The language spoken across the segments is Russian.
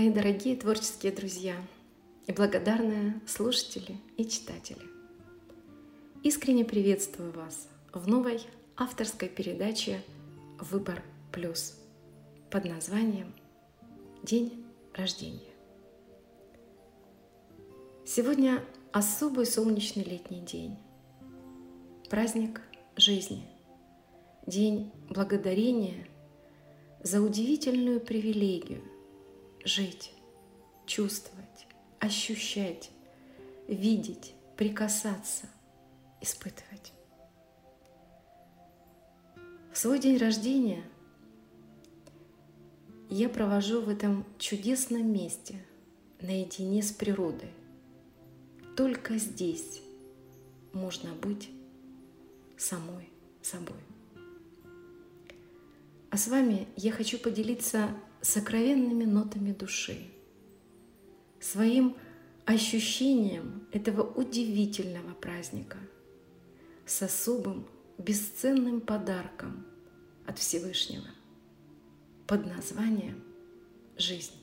Мои дорогие творческие друзья и благодарные слушатели и читатели, искренне приветствую вас в новой авторской передаче «Выбор плюс» под названием «День рождения». Сегодня особый солнечный летний день, праздник жизни, день благодарения за удивительную привилегию жить, чувствовать, ощущать, видеть, прикасаться, испытывать. В свой день рождения я провожу в этом чудесном месте наедине с природой. Только здесь можно быть самой собой. А с вами я хочу поделиться сокровенными нотами души, своим ощущением этого удивительного праздника с особым бесценным подарком от Всевышнего под названием «Жизнь».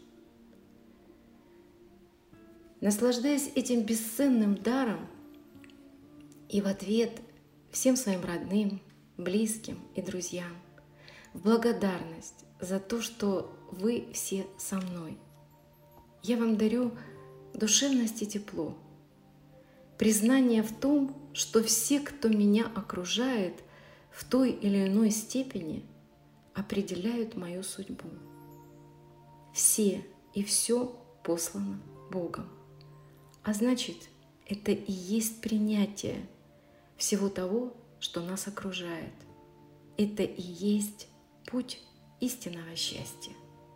Наслаждаясь этим бесценным даром и в ответ всем своим родным, близким и друзьям в благодарность за то, что вы все со мной, я вам дарю душевность и тепло, признание в том, что все, кто меня окружает, в той или иной степени определяют мою судьбу. Все и все послано Богом. А значит, это и есть принятие всего того, что нас окружает. Это и есть путь истинного счастья.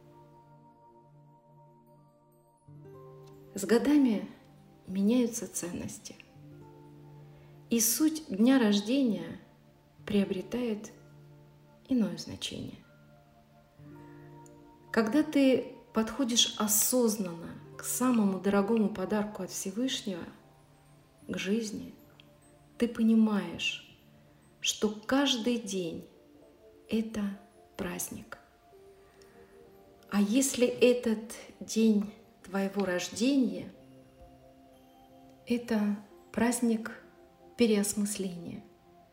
С годами меняются ценности, и суть дня рождения приобретает иное значение. Когда ты подходишь осознанно к самому дорогому подарку от Всевышнего, к жизни, ты понимаешь, что каждый день – это праздник. А если этот день твоего рождения – это праздник переосмысления,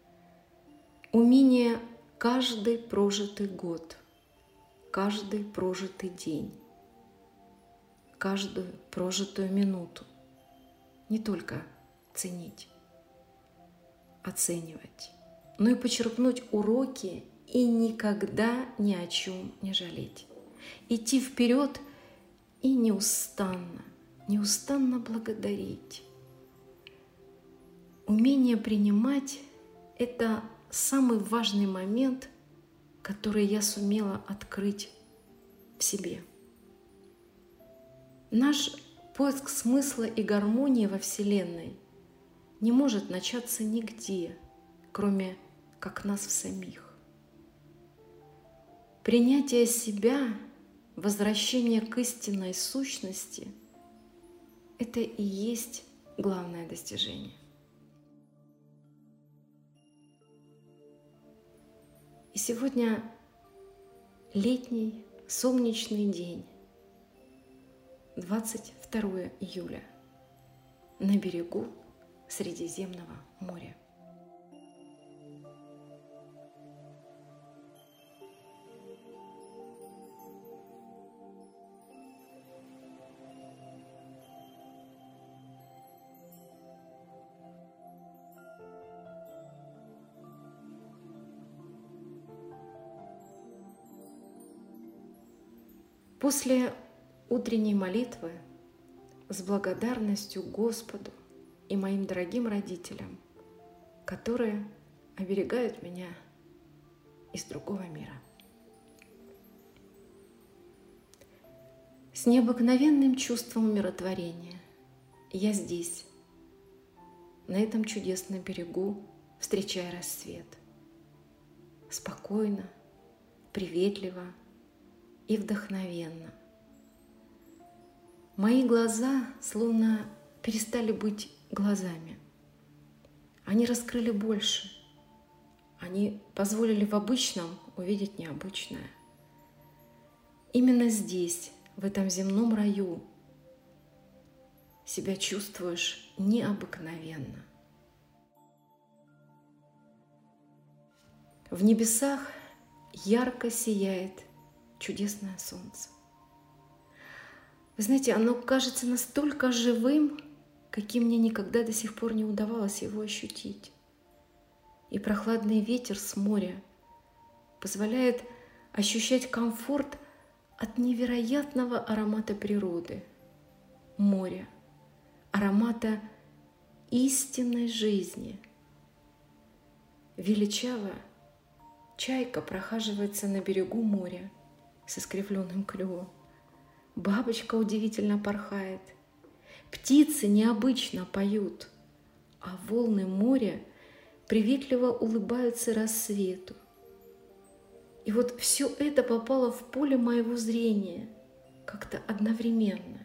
умение каждый прожитый год, каждый прожитый день, каждую прожитую минуту не только ценить, оценивать, но и почерпнуть уроки и никогда ни о чем не жалеть. Идти вперед и неустанно благодарить. Умение принимать – это самый важный момент, который я сумела открыть в себе. Наш поиск смысла и гармонии во Вселенной не может начаться нигде, кроме как нас в самих. Принятие себя, возвращение к истинной сущности – это и есть главное достижение. И сегодня летний солнечный день, 22 июля, на берегу Средиземного моря. После утренней молитвы с благодарностью Господу и моим дорогим родителям, которые оберегают меня из другого мира. С необыкновенным чувством умиротворения я здесь, на этом чудесном берегу, встречая рассвет. Спокойно, приветливо и вдохновенно. Мои глаза словно перестали быть глазами. Они раскрыли больше. Они позволили в обычном увидеть необычное. Именно здесь, в этом земном раю себя чувствуешь необыкновенно. В небесах ярко сияет чудесное солнце. Вы знаете, оно кажется настолько живым, каким мне никогда до сих пор не удавалось его ощутить. И прохладный ветер с моря позволяет ощущать комфорт от невероятного аромата природы, моря, аромата истинной жизни. Величаво чайка прохаживается на берегу моря с искривленным клювом. Бабочка удивительно порхает. Птицы необычно поют, а волны моря приветливо улыбаются рассвету. И вот все это попало в поле моего зрения как-то одновременно.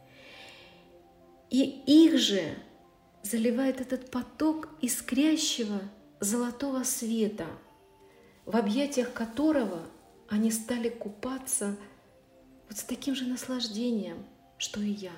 И их же заливает этот поток искрящего золотого света, в объятиях которого они стали купаться вот с таким же наслаждением, что и я.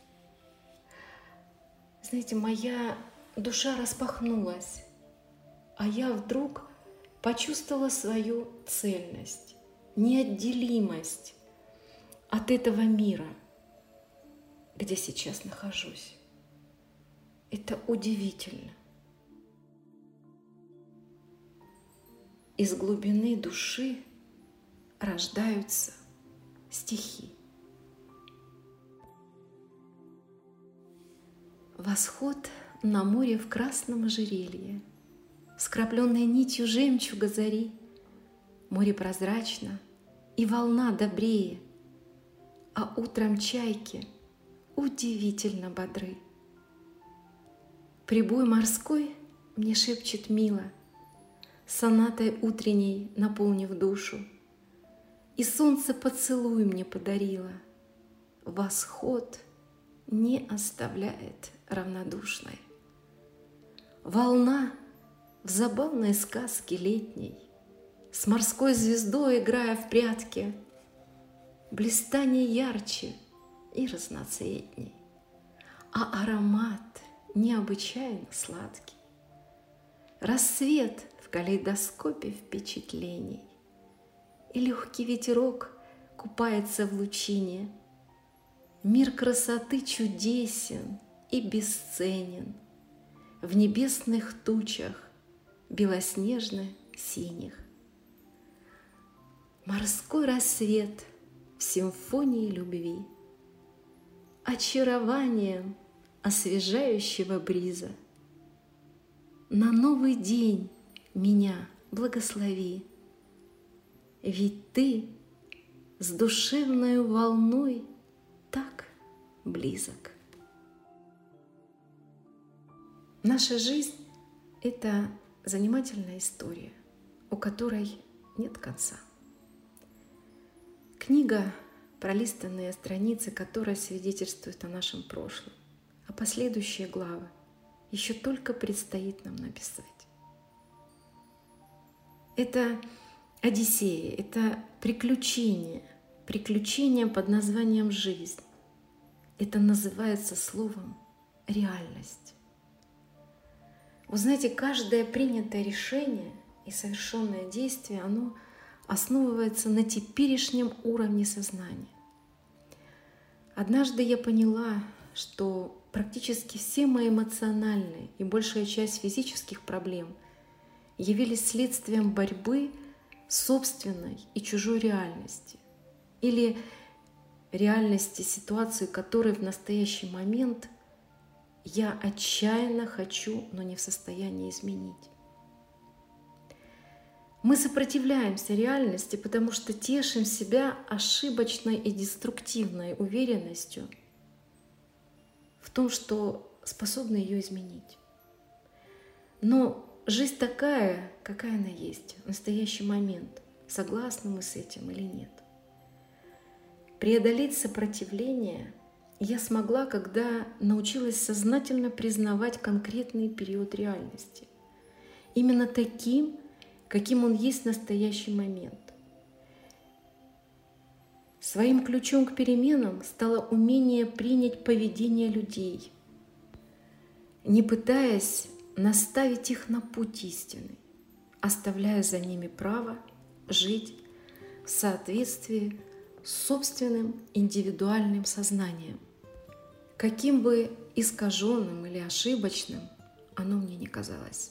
Знаете, моя душа распахнулась, а я вдруг почувствовала свою цельность, неотделимость от этого мира, где сейчас нахожусь. Это удивительно. Из глубины души рождаются стихи. Восход на море в красном ожерелье, скрапленной нитью жемчуга зари. Море прозрачно, и волна добрее, а утром чайки удивительно бодры. Прибой морской мне шепчет мило, сонатой утренней наполнив душу, и солнце поцелуй мне подарило. Восход не оставляет равнодушной. Волна в забавной сказке летней, с морской звездой играя в прятки, блистанье ярче и разноцветней, а аромат необычайно сладкий. Рассвет в калейдоскопе впечатлений, и легкий ветерок купается в лучине. Мир красоты чудесен и бесценен в небесных тучах белоснежно-синих. Морской рассвет в симфонии любви, очарованием освежающего бриза. На новый день меня благослови, ведь ты с душевною волной так близок. Наша жизнь — это занимательная история, у которой нет конца. Книга, пролистанные страницы которой свидетельствуют о нашем прошлом, а последующие главы еще только предстоит нам написать. Это Одиссея, это приключение под названием «Жизнь». Это называется словом «реальность». Вы знаете, каждое принятое решение и совершенное действие, оно основывается на теперешнем уровне сознания. Однажды я поняла, что практически все мои эмоциональные и большая часть физических проблем явились следствием борьбы собственной и чужой реальности или реальности ситуации, которой в настоящий момент я отчаянно хочу, но не в состоянии изменить. Мы сопротивляемся реальности, потому что тешим себя ошибочной и деструктивной уверенностью в том, что способны ее изменить. Но жизнь такая, какая она есть в настоящий момент. Согласны мы с этим или нет? Преодолеть сопротивление я смогла, когда научилась сознательно признавать конкретный период реальности. Именно таким, каким он есть в настоящий момент. С Своим ключом к переменам стало умение принять поведение людей, не пытаясь наставить их на путь истины, оставляя за ними право жить в соответствии с собственным индивидуальным сознанием, каким бы искаженным или ошибочным оно мне не казалось.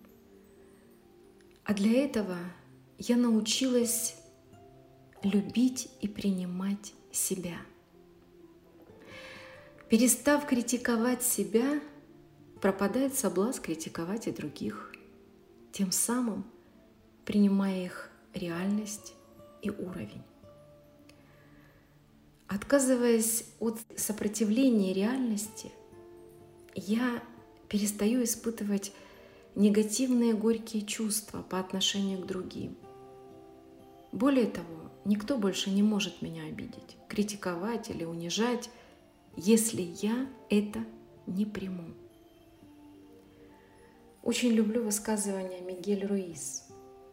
А для этого я научилась любить и принимать себя. Перестав критиковать себя, пропадает соблазн критиковать и других, тем самым принимая их реальность и уровень. Отказываясь от сопротивления реальности, я перестаю испытывать негативные горькие чувства по отношению к другим. Более того, никто больше не может меня обидеть, критиковать или унижать, если я это не приму. Очень люблю высказывание Мигель Руис.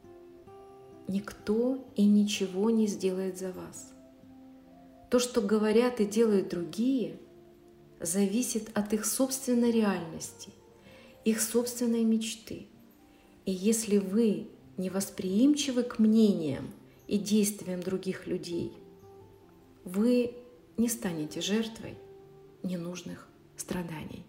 Никто и ничего не сделает за вас. То, что говорят и делают другие, зависит от их собственной реальности, их собственной мечты. И если вы не восприимчивы к мнениям и действиям других людей, вы не станете жертвой ненужных страданий.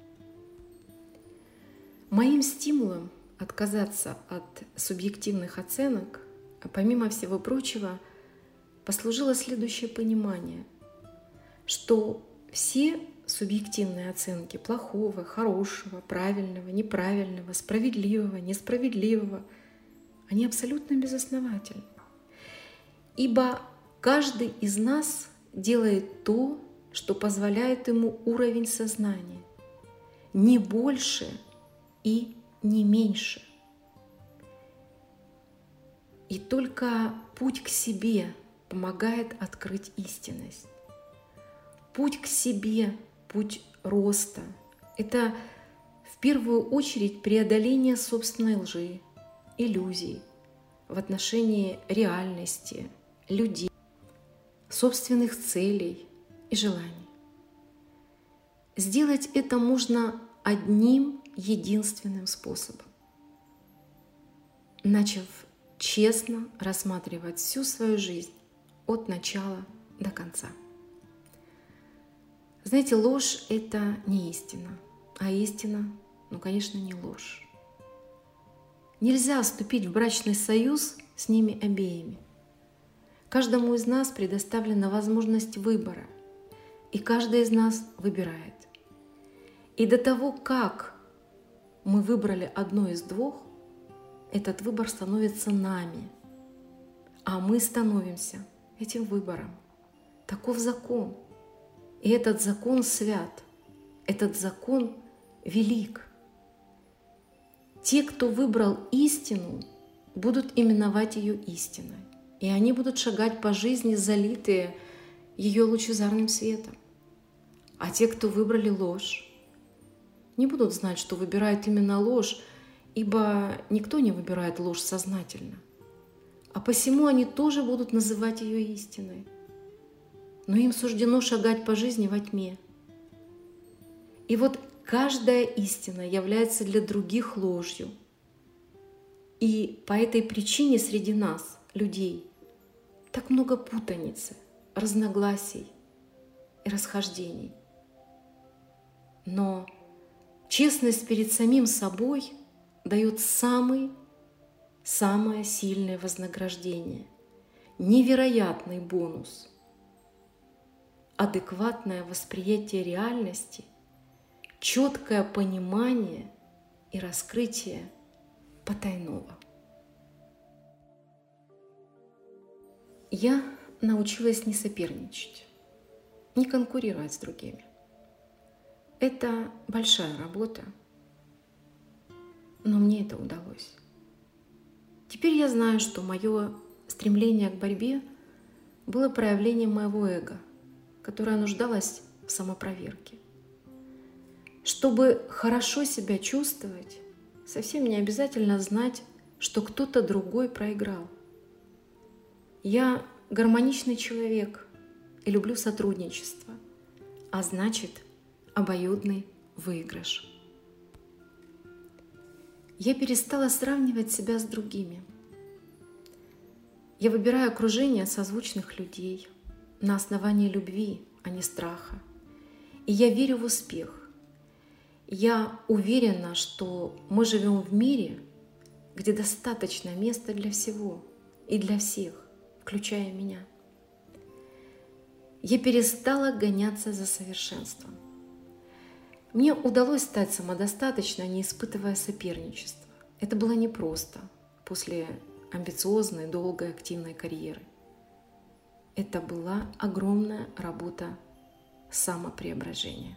Моим стимулом отказаться от субъективных оценок, помимо всего прочего, послужило следующее понимание, что все субъективные оценки плохого, хорошего, правильного, неправильного, справедливого, несправедливого, они абсолютно безосновательны. Ибо каждый из нас делает то, что позволяет ему уровень сознания, не больше и не меньше. И только путь к себе помогает открыть истинность. Путь к себе, путь роста – это в первую очередь преодоление собственной лжи, иллюзий в отношении реальности, людей, собственных целей и желаний. Сделать это можно одним единственным способом. Начав честно рассматривать всю свою жизнь от начала до конца. Знаете, ложь – это не истина, а истина, конечно, не ложь. Нельзя вступить в брачный союз с ними обеими. Каждому из нас предоставлена возможность выбора, и каждый из нас выбирает. И до того, как мы выбрали одно из двух, этот выбор становится нами, а мы становимся этим выбором. Таков закон. И этот закон свят, этот закон велик. Те, кто выбрал истину, будут именовать ее истиной, и они будут шагать по жизни, залитые ее лучезарным светом. А те, кто выбрали ложь, не будут знать, что выбирают именно ложь, ибо никто не выбирает ложь сознательно. А посему они тоже будут называть ее истиной. Но им суждено шагать по жизни во тьме. И вот каждая истина является для других ложью. И по этой причине среди нас, людей, так много путаницы, разногласий и расхождений. Но честность перед самим собой дает самое сильное вознаграждение, невероятный бонус, адекватное восприятие реальности, четкое понимание и раскрытие потайного. Я научилась не соперничать, не конкурировать с другими. Это большая работа, но мне это удалось. Теперь я знаю, что мое стремление к борьбе было проявлением моего эго, которое нуждалось в самопроверке. Чтобы хорошо себя чувствовать, совсем не обязательно знать, что кто-то другой проиграл. Я гармоничный человек, и люблю сотрудничество, а значит, обоюдный выигрыш. Я перестала сравнивать себя с другими. Я выбираю окружение созвучных людей на основании любви, а не страха. И я верю в успех. Я уверена, что мы живем в мире, где достаточно места для всего и для всех, включая меня. Я перестала гоняться за совершенством. Мне удалось стать самодостаточной, не испытывая соперничества. Это было непросто после амбициозной, долгой, активной карьеры. Это была огромная работа самопреображения.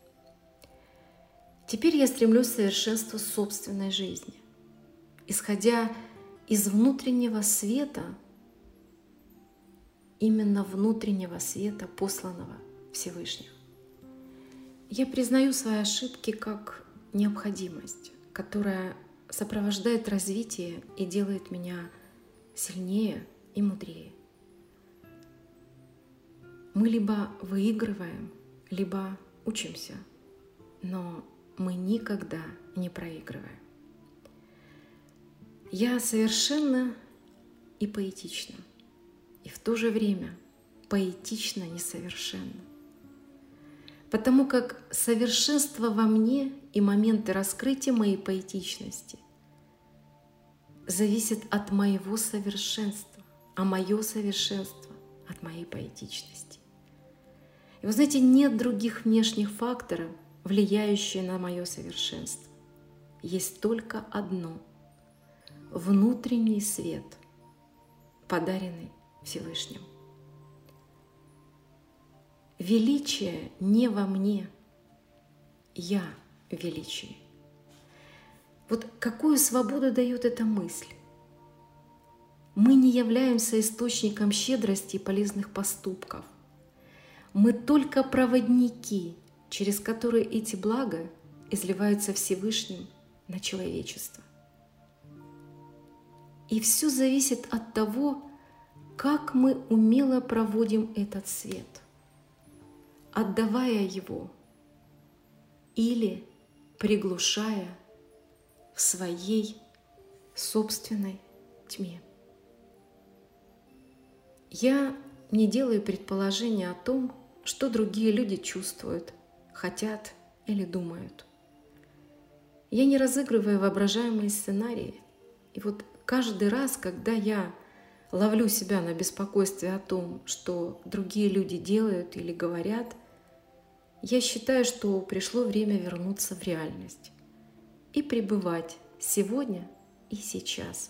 Теперь я стремлюсь к совершенству собственной жизни, исходя из внутреннего света, именно внутреннего света, посланного Всевышним. Я признаю свои ошибки как необходимость, которая сопровождает развитие и делает меня сильнее и мудрее. Мы либо выигрываем, либо учимся, но мы никогда не проигрываем. Я совершенна и поэтична, и в то же время поэтично несовершенна. Потому как совершенство во мне и моменты раскрытия моей поэтичности зависят от моего совершенства, а мое совершенство от моей поэтичности. И вы знаете, нет других внешних факторов, влияющих на мое совершенство. Есть только одно — внутренний свет, подаренный Всевышним. Величие не во мне, я в величии. Вот какую свободу дает эта мысль? Мы не являемся источником щедрости и полезных поступков. Мы только проводники, через которые эти блага изливаются Всевышним на человечество. И все зависит от того, как мы умело проводим этот свет, отдавая его или приглушая в своей собственной тьме. Я не делаю предположения о том, что другие люди чувствуют, хотят или думают. Я не разыгрываю воображаемые сценарии. И вот каждый раз, когда я ловлю себя на беспокойстве о том, что другие люди делают или говорят, я считаю, что пришло время вернуться в реальность и пребывать сегодня и сейчас.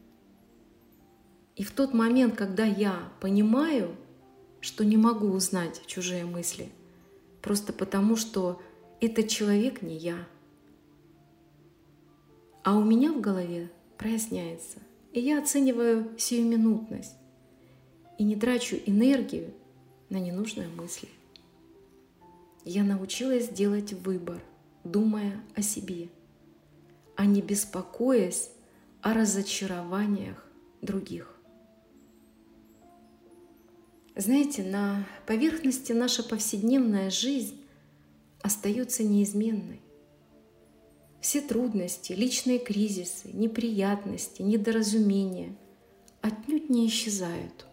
И в тот момент, когда я понимаю, что не могу узнать чужие мысли, просто потому что этот человек не я, а у меня в голове проясняется, и я оцениваю сиюминутность и не трачу энергию на ненужные мысли. Я научилась делать выбор, думая о себе, а не беспокоясь о разочарованиях других. Знаете, на поверхности наша повседневная жизнь остается неизменной. Все трудности, личные кризисы, неприятности, недоразумения отнюдь не исчезают.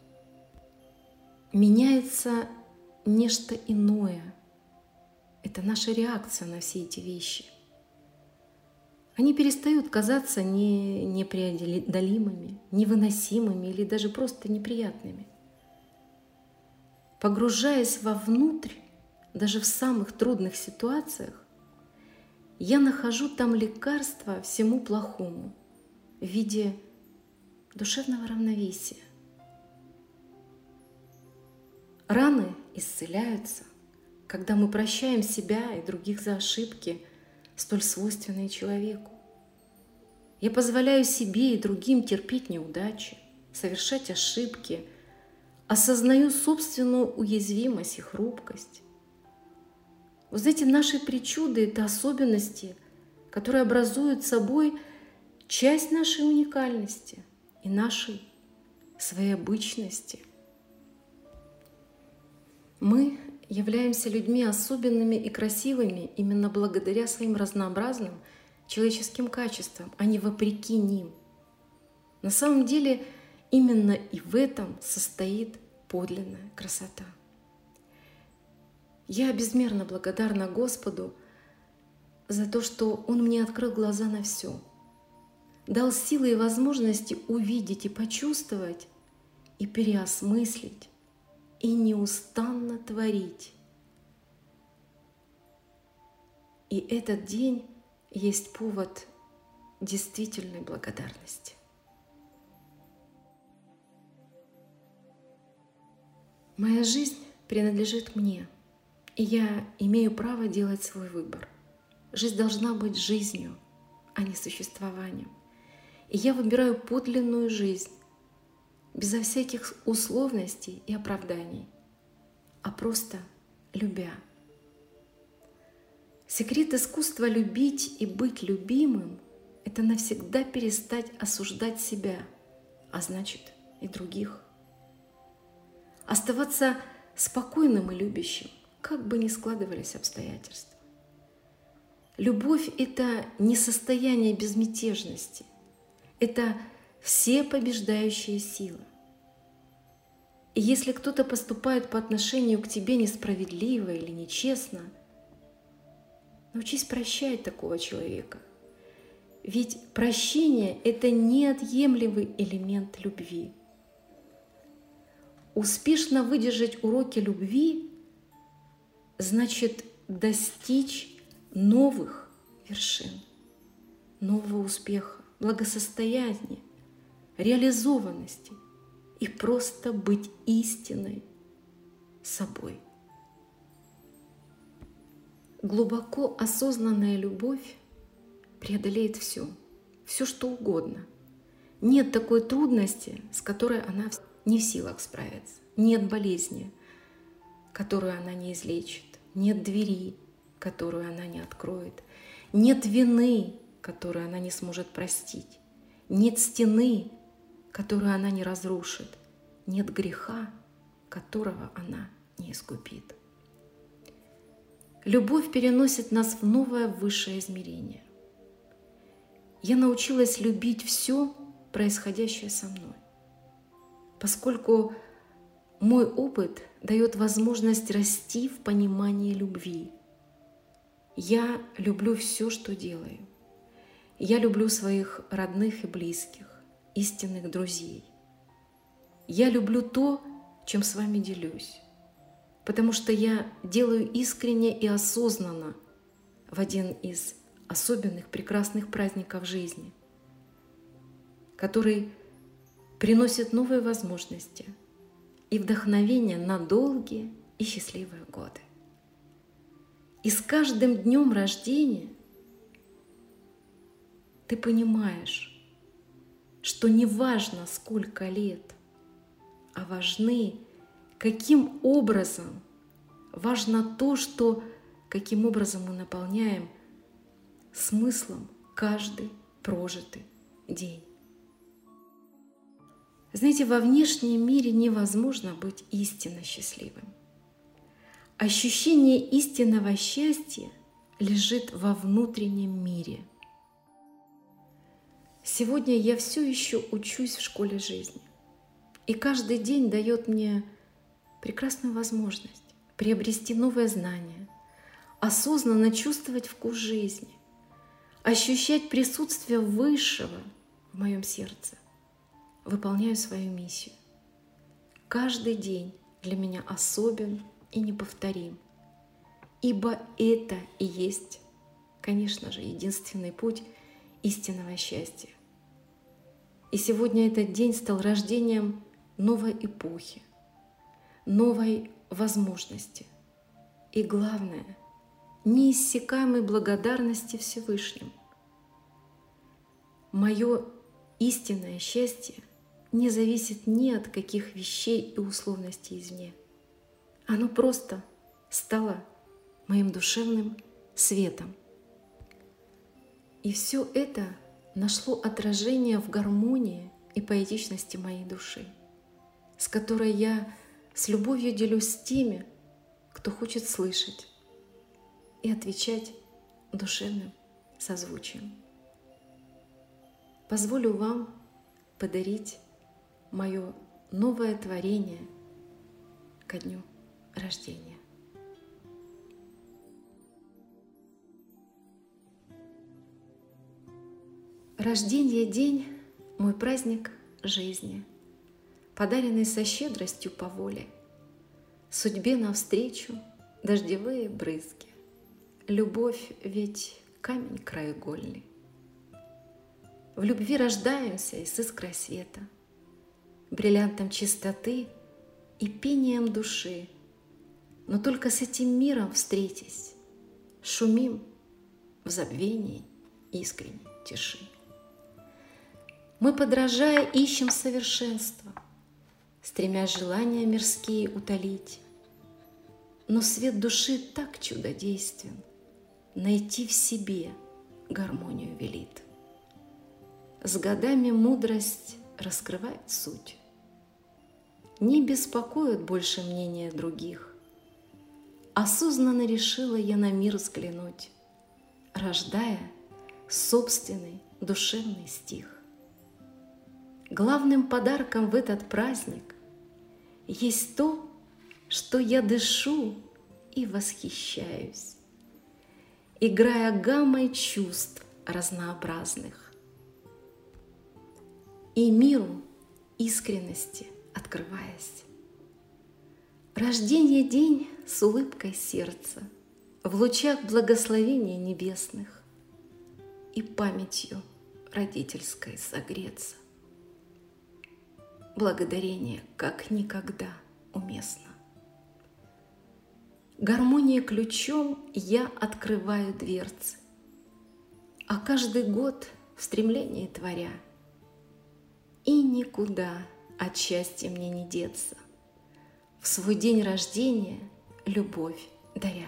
Меняется нечто иное. Это наша реакция на все эти вещи. Они перестают казаться непреодолимыми, невыносимыми или даже просто неприятными. Погружаясь вовнутрь, даже в самых трудных ситуациях, я нахожу там лекарство всему плохому в виде душевного равновесия. Раны исцеляются, когда мы прощаем себя и других за ошибки, столь свойственные человеку. Я позволяю себе и другим терпеть неудачи, совершать ошибки, осознаю собственную уязвимость и хрупкость. Вы знаете, наши причуды — это особенности, которые образуют собой часть нашей уникальности и нашей своеобычности. Мы являемся людьми особенными и красивыми именно благодаря своим разнообразным человеческим качествам, а не вопреки ним. На самом деле именно и в этом состоит подлинная красота. Я безмерно благодарна Господу за то, что Он мне открыл глаза на все, дал силы и возможности увидеть и почувствовать, и переосмыслить, и неустанно творить. И этот день есть повод действительной благодарности. Моя жизнь принадлежит мне, и я имею право делать свой выбор. Жизнь должна быть жизнью, а не существованием. И я выбираю подлинную жизнь, безо всяких условностей и оправданий, а просто любя. Секрет искусства любить и быть любимым — это навсегда перестать осуждать себя, а значит и других. Оставаться спокойным и любящим, как бы ни складывались обстоятельства. Любовь — это не состояние безмятежности, это всепобеждающая сила. И если кто-то поступает по отношению к тебе несправедливо или нечестно, научись прощать такого человека. Ведь прощение — это неотъемлемый элемент любви. Успешно выдержать уроки любви значит достичь новых вершин, нового успеха, благосостояния, реализованности и просто быть истинной собой. Глубоко осознанная любовь преодолеет все что угодно. Нет такой трудности, с которой она не в силах справиться. Нет болезни, которую она не излечит. Нет двери, которую она не откроет. Нет вины, которую она не сможет простить. Нет стены, которую она не разрушит. Нет греха, которого она не искупит. Любовь переносит нас в новое высшее измерение. Я научилась любить все происходящее со мной, поскольку мой опыт дает возможность расти в понимании любви. Я люблю все, что делаю. Я люблю своих родных и близких, истинных друзей. Я люблю то, чем с вами делюсь, потому что я делаю искренне и осознанно в один из особенных прекрасных праздников жизни, который приносит новые возможности и вдохновение на долгие и счастливые годы. И с каждым днем рождения ты понимаешь, что не важно, сколько лет, а важны, каким образом, важно то, каким образом мы наполняем смыслом каждый прожитый день. Знаете, во внешнем мире невозможно быть истинно счастливым. Ощущение истинного счастья лежит во внутреннем мире. Сегодня я все еще учусь в школе жизни, и каждый день дает мне прекрасную возможность приобрести новые знания, осознанно чувствовать вкус жизни, ощущать присутствие Высшего в моем сердце. Выполняю свою миссию. Каждый день для меня особен и неповторим, ибо это и есть, конечно же, единственный путь истинного счастья. И сегодня этот день стал рождением новой эпохи, новой возможности и, главное, неиссякаемой благодарности Всевышнему. Мое истинное счастье не зависит ни от каких вещей и условностей извне. Оно просто стало моим душевным светом. И все это нашло отражение в гармонии и поэтичности моей души, с которой я с любовью делюсь с теми, кто хочет слышать и отвечать душевным созвучием. Позволю вам подарить мое новое творение ко дню рождения. Рождение день – мой праздник жизни, подаренный со щедростью по воле. Судьбе навстречу дождевые брызги. Любовь ведь камень краеугольный. В любви рождаемся и с искрой света, бриллиантом чистоты и пением души. Но только с этим миром встретясь, шумим в забвении искренней тиши. Мы, подражая, ищем совершенства, стремясь желания мирские утолить. Но свет души так чудодействен, найти в себе гармонию велит. С годами мудрость раскрывает суть. Не беспокоит больше мнения других. Осознанно решила я на мир взглянуть, рождая собственный душевный стих. Главным подарком в этот праздник есть то, что я дышу и восхищаюсь, играя гаммой чувств разнообразных, и миру искренности открываясь. Рождение день с улыбкой сердца, в лучах благословения небесных и памятью родительской согреться. Благодарение как никогда уместно. Гармонией ключом я открываю дверцы, а каждый год в стремлении творя. И никуда от счастья мне не деться, в свой день рождения любовь даря.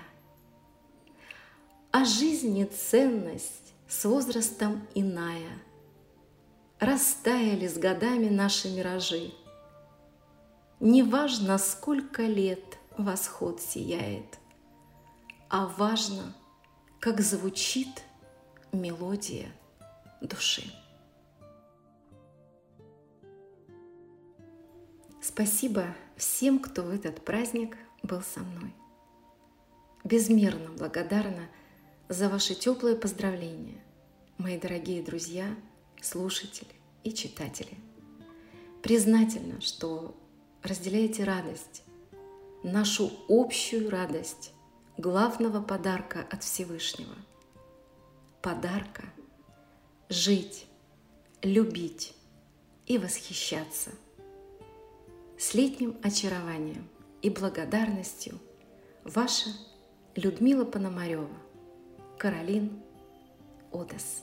А жизни ценность с возрастом иная. Растаяли с годами наши миражи. Неважно, сколько лет восход сияет, а важно, как звучит мелодия души. Спасибо всем, кто в этот праздник был со мной. Безмерно благодарна за ваши теплые поздравления, мои дорогие друзья, слушатели и читатели. Признательна, что разделяете радость, нашу общую радость, главного подарка от Всевышнего. Подарка жить, любить и восхищаться. С летним очарованием и благодарностью ваша Людмила Пономарева, Каролин Одес.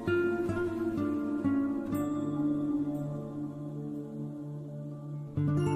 Thank you.